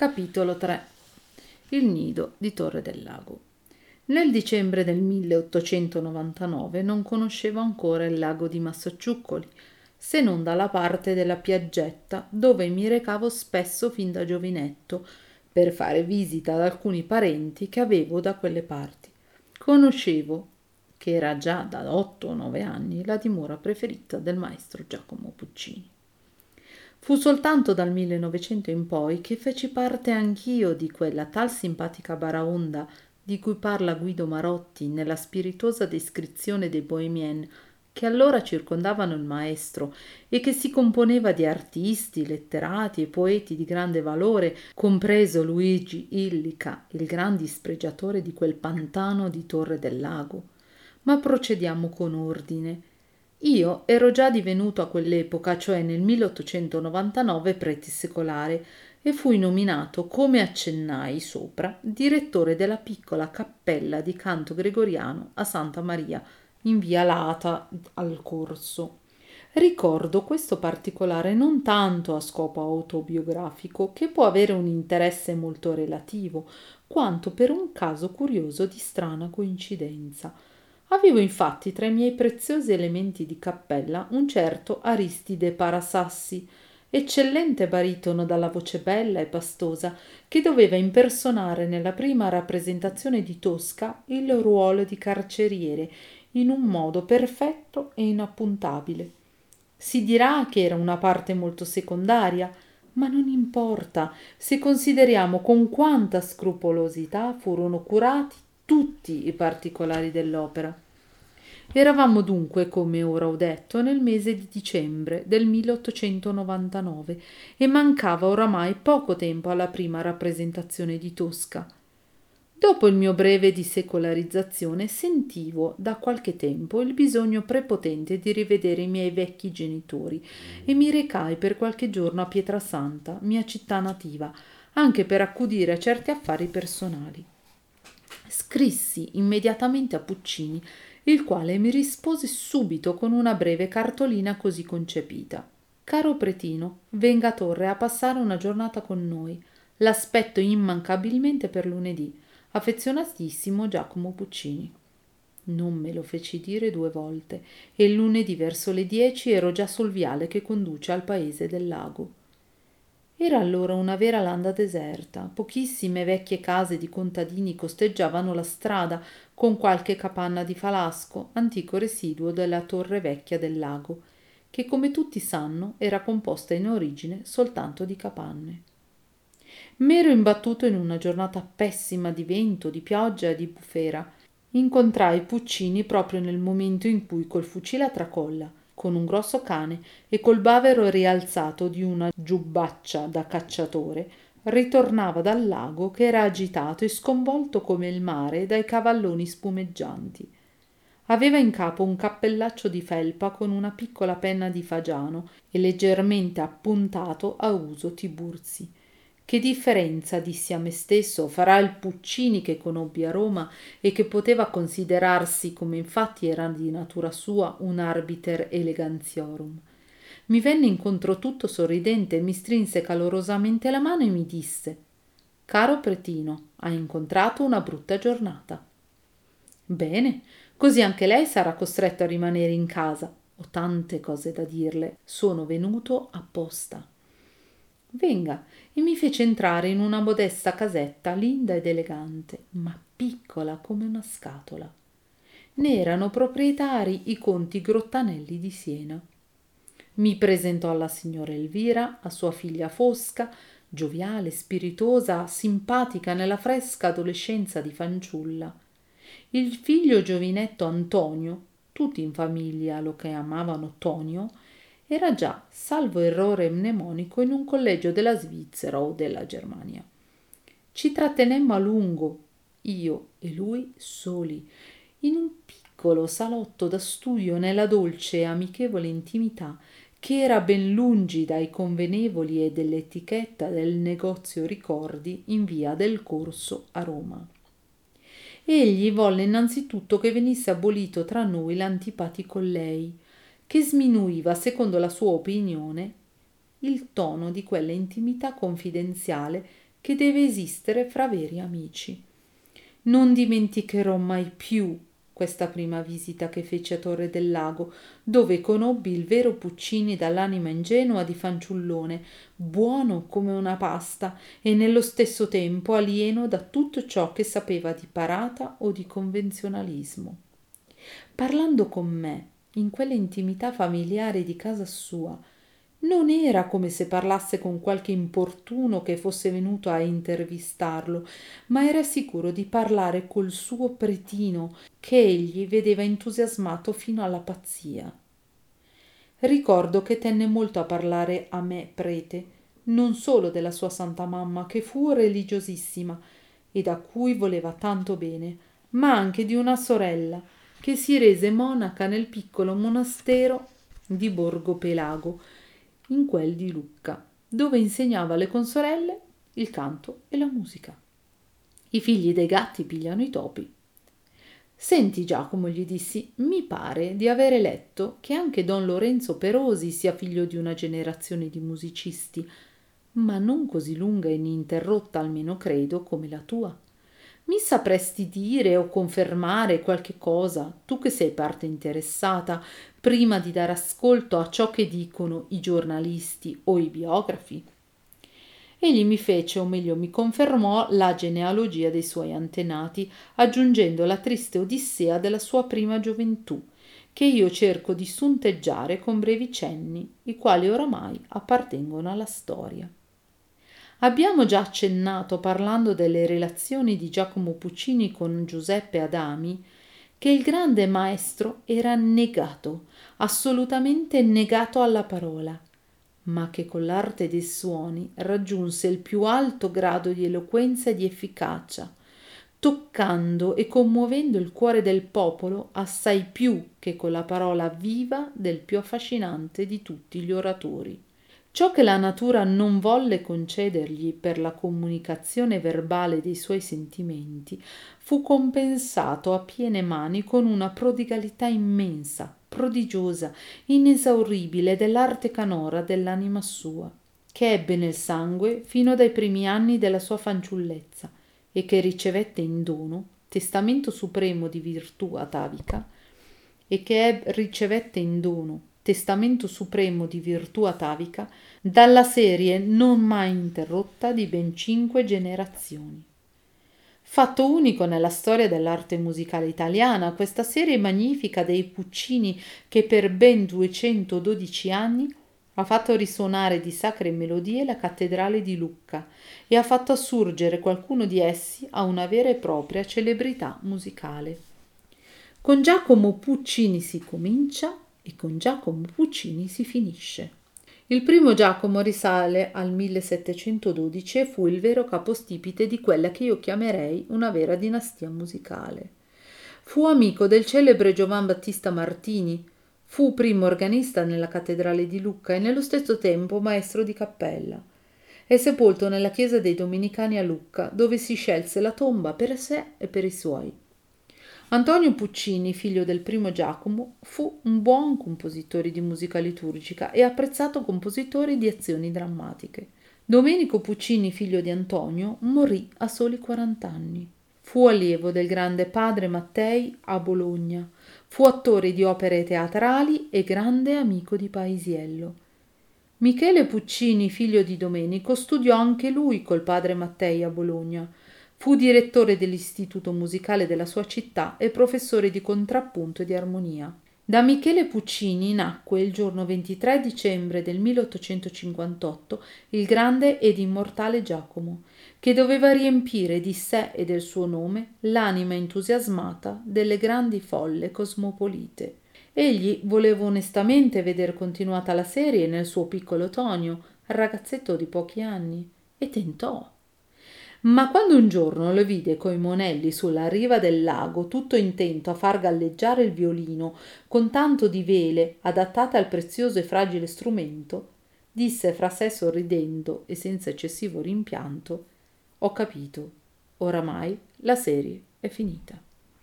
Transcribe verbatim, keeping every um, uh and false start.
Capitolo tre. Il nido di Torre del Lago. Nel dicembre del milleottocentonovantanove non conoscevo ancora il lago di Massaciuccoli, se non dalla parte della Piaggetta, dove mi recavo spesso fin da giovinetto per fare visita ad alcuni parenti che avevo da quelle parti. Conoscevo, che era già da otto o nove anni, la dimora preferita del maestro Giacomo Puccini. Fu soltanto dal millenovecento in poi che feci parte anch'io di quella tal simpatica baraonda di cui parla Guido Marotti nella spiritosa descrizione dei bohemien che allora circondavano il maestro e che si componeva di artisti, letterati e poeti di grande valore, compreso Luigi Illica, il gran dispregiatore di quel pantano di Torre del Lago. Ma procediamo con ordine. Io ero già divenuto a quell'epoca, cioè nel milleottocentonovantanove, prete secolare e fui nominato, come accennai sopra, direttore della piccola cappella di canto gregoriano a Santa Maria in via Lata al Corso. Ricordo questo particolare non tanto a scopo autobiografico, che può avere un interesse molto relativo, quanto per un caso curioso di strana coincidenza. Avevo infatti tra i miei preziosi elementi di cappella un certo Aristide Parasassi, eccellente baritono dalla voce bella e pastosa, che doveva impersonare nella prima rappresentazione di Tosca il ruolo di carceriere in un modo perfetto e inappuntabile. Si dirà che era una parte molto secondaria, ma non importa se consideriamo con quanta scrupolosità furono curati tutti i particolari dell'opera. Eravamo dunque, come ora ho detto, nel mese di dicembre del milleottocentonovantanove e mancava oramai poco tempo alla prima rappresentazione di Tosca. Dopo il mio breve di secolarizzazione sentivo da qualche tempo il bisogno prepotente di rivedere i miei vecchi genitori e mi recai per qualche giorno a Pietrasanta, mia città nativa, anche per accudire a certi affari personali. Scrissi immediatamente a Puccini, il quale mi rispose subito con una breve cartolina così concepita. Caro Pretino, venga a Torre a passare una giornata con noi. L'aspetto immancabilmente per lunedì. Affezionatissimo Giacomo Puccini. Non me lo feci dire due volte e il lunedì verso le dieci ero già sul viale che conduce al paese del lago. Era allora una vera landa deserta, pochissime vecchie case di contadini costeggiavano la strada con qualche capanna di falasco, antico residuo della torre vecchia del lago, che come tutti sanno era composta in origine soltanto di capanne. M'ero imbattuto in una giornata pessima di vento, di pioggia e di bufera. Incontrai Puccini proprio nel momento in cui col fucile a tracolla, con un grosso cane e col bavero rialzato di una giubbaccia da cacciatore, ritornava dal lago che era agitato e sconvolto come il mare dai cavalloni spumeggianti. Aveva in capo un cappellaccio di felpa con una piccola penna di fagiano e leggermente appuntato a uso Tiburzi. Che differenza, dissi a me stesso, farà il Puccini che conobbi a Roma e che poteva considerarsi, come infatti era di natura sua, un arbiter elegantiorum. Mi venne incontro tutto sorridente, mi strinse calorosamente la mano e mi disse: «Caro Pretino, hai incontrato una brutta giornata». «Bene, così anche lei sarà costretto a rimanere in casa. Ho tante cose da dirle. Sono venuto apposta». Venga, e mi fece entrare in una modesta casetta linda ed elegante, ma piccola come una scatola. Ne erano proprietari i conti Grottanelli di Siena. Mi presentò alla signora Elvira, a sua figlia Fosca, gioviale, spiritosa, simpatica nella fresca adolescenza di fanciulla. Il figlio giovinetto Antonio, tutti in famiglia lo chiamavano Tonio, era già, salvo errore mnemonico, in un collegio della Svizzera o della Germania. Ci trattenemmo a lungo, io e lui soli, in un piccolo salotto da studio nella dolce e amichevole intimità che era ben lungi dai convenevoli e dell'etichetta del negozio Ricordi in via del Corso a Roma. Egli volle innanzitutto che venisse abolito tra noi l'antipatico lei, che sminuiva, secondo la sua opinione, il tono di quella intimità confidenziale che deve esistere fra veri amici. Non dimenticherò mai più questa prima visita che feci a Torre del Lago, dove conobbi il vero Puccini dall'anima ingenua di fanciullone, buono come una pasta e nello stesso tempo alieno da tutto ciò che sapeva di parata o di convenzionalismo. Parlando con me, in quelle intimità familiari di casa sua, non era come se parlasse con qualche importuno che fosse venuto a intervistarlo, ma era sicuro di parlare col suo pretino, che egli vedeva entusiasmato fino alla pazzia. Ricordo che tenne molto a parlare a me, prete, non solo della sua santa mamma, che fu religiosissima e da cui voleva tanto bene, ma anche di una sorella che si rese monaca nel piccolo monastero di Borgo Pelago, in quel di Lucca, dove insegnava alle consorelle il canto e la musica. I figli dei gatti pigliano i topi. Senti Giacomo, gli dissi, mi pare di avere letto che anche don Lorenzo Perosi sia figlio di una generazione di musicisti, ma non così lunga e ininterrotta, almeno credo, come la tua. Mi sapresti dire o confermare qualche cosa, tu che sei parte interessata, prima di dare ascolto a ciò che dicono i giornalisti o i biografi? Egli mi fece, o meglio mi confermò, la genealogia dei suoi antenati, aggiungendo la triste odissea della sua prima gioventù, che io cerco di sunteggiare con brevi cenni, i quali oramai appartengono alla storia. Abbiamo già accennato, parlando delle relazioni di Giacomo Puccini con Giuseppe Adami, che il grande maestro era negato, assolutamente negato alla parola, ma che con l'arte dei suoni raggiunse il più alto grado di eloquenza e di efficacia, toccando e commuovendo il cuore del popolo assai più che con la parola viva del più affascinante di tutti gli oratori. Ciò che la natura non volle concedergli per la comunicazione verbale dei suoi sentimenti fu compensato a piene mani con una prodigalità immensa, prodigiosa, inesauribile dell'arte canora dell'anima sua, che ebbe nel sangue fino dai primi anni della sua fanciullezza e che ricevette in dono, testamento supremo di virtù atavica, e che eb- ricevette in dono testamento supremo di virtù atavica, dalla serie non mai interrotta di ben cinque generazioni. Fatto unico nella storia dell'arte musicale italiana, questa serie magnifica dei Puccini che per ben duecentododici anni ha fatto risuonare di sacre melodie la cattedrale di Lucca e ha fatto assurgere qualcuno di essi a una vera e propria celebrità musicale. Con Giacomo Puccini si comincia e con Giacomo Puccini si finisce. Il primo Giacomo risale al millesettecentododici e fu il vero capostipite di quella che io chiamerei una vera dinastia musicale. Fu amico del celebre Giovan Battista Martini, fu primo organista nella cattedrale di Lucca e nello stesso tempo maestro di cappella. È sepolto nella chiesa dei Domenicani a Lucca, dove si scelse la tomba per sé e per i suoi. Antonio Puccini, figlio del primo Giacomo, fu un buon compositore di musica liturgica e apprezzato compositore di azioni drammatiche. Domenico Puccini, figlio di Antonio, morì a soli quaranta anni. Fu allievo del grande padre Mattei a Bologna, fu attore di opere teatrali e grande amico di Paisiello. Michele Puccini, figlio di Domenico, studiò anche lui col padre Mattei a Bologna. Fu direttore dell'istituto musicale della sua città e professore di contrappunto e di armonia. Da Michele Puccini nacque il giorno ventitré dicembre del milleottocentocinquantotto il grande ed immortale Giacomo, che doveva riempire di sé e del suo nome l'anima entusiasmata delle grandi folle cosmopolite. Egli voleva onestamente veder continuata la serie nel suo piccolo Tonio, ragazzetto di pochi anni, e tentò. Ma quando un giorno lo vide coi monelli sulla riva del lago, tutto intento a far galleggiare il violino con tanto di vele adattate al prezioso e fragile strumento, disse fra sé sorridendo e senza eccessivo rimpianto: ho capito, oramai la serie è finita.